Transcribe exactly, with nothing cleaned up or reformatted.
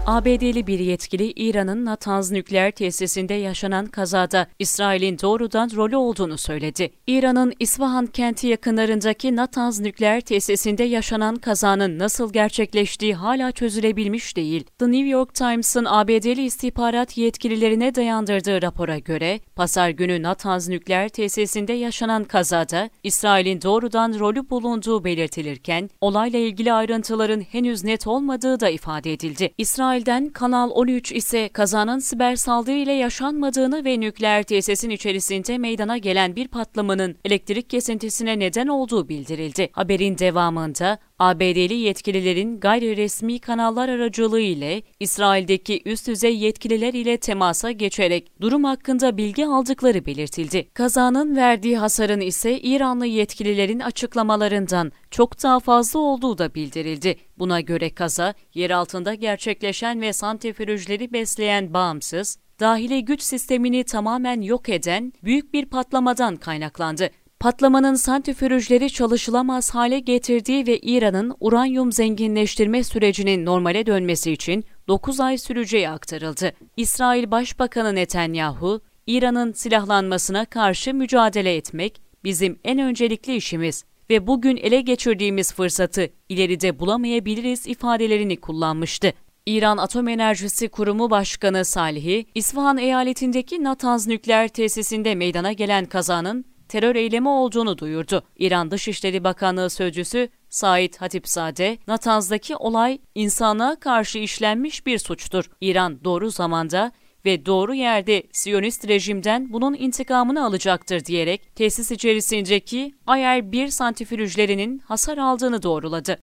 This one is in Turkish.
A B D'li bir yetkili İran'ın Natanz nükleer tesisinde yaşanan kazada İsrail'in doğrudan rolü olduğunu söyledi. İran'ın İsfahan kenti yakınlarındaki Natanz nükleer tesisinde yaşanan kazanın nasıl gerçekleştiği hala çözülebilmiş değil. The New York Times'ın A B D'li istihbarat yetkililerine dayandırdığı rapora göre, Pazar günü Natanz nükleer tesisinde yaşanan kazada İsrail'in doğrudan rolü bulunduğu belirtilirken, olayla ilgili ayrıntıların henüz net olmadığı da ifade edildi. İsrail'den Kanal on üç ise kazanın siber saldırıyla yaşanmadığını ve nükleer tesisin içerisinde meydana gelen bir patlamanın elektrik kesintisine neden olduğu bildirildi. Haberin devamında A B D'li yetkililerin gayri resmi kanallar aracılığı ile İsrail'deki üst düzey yetkililer ile temasa geçerek durum hakkında bilgi aldıkları belirtildi. Kazanın verdiği hasarın ise İranlı yetkililerin açıklamalarından çok daha fazla olduğu da bildirildi. Buna göre kaza, yer altında gerçekleşen ve santrifüjleri besleyen bağımsız, dahili güç sistemini tamamen yok eden büyük bir patlamadan kaynaklandı. Patlamanın santrifüjleri çalışılamaz hale getirdiği ve İran'ın uranyum zenginleştirme sürecinin normale dönmesi için dokuz ay süreceği aktarıldı. İsrail Başbakanı Netanyahu, İran'ın silahlanmasına karşı mücadele etmek bizim en öncelikli işimiz ve bugün ele geçirdiğimiz fırsatı ileride bulamayabiliriz ifadelerini kullanmıştı. İran Atom Enerjisi Kurumu Başkanı Salehi, İsfahan eyaletindeki Natanz nükleer tesisinde meydana gelen kazanın terör eylemi olduğunu duyurdu. İran Dışişleri Bakanlığı Sözcüsü Said Hatipzade, Natanz'daki olay insana karşı işlenmiş bir suçtur. İran doğru zamanda ve doğru yerde Siyonist rejimden bunun intikamını alacaktır diyerek tesis içerisindeki Ayer bir santrifüjlerinin hasar aldığını doğruladı.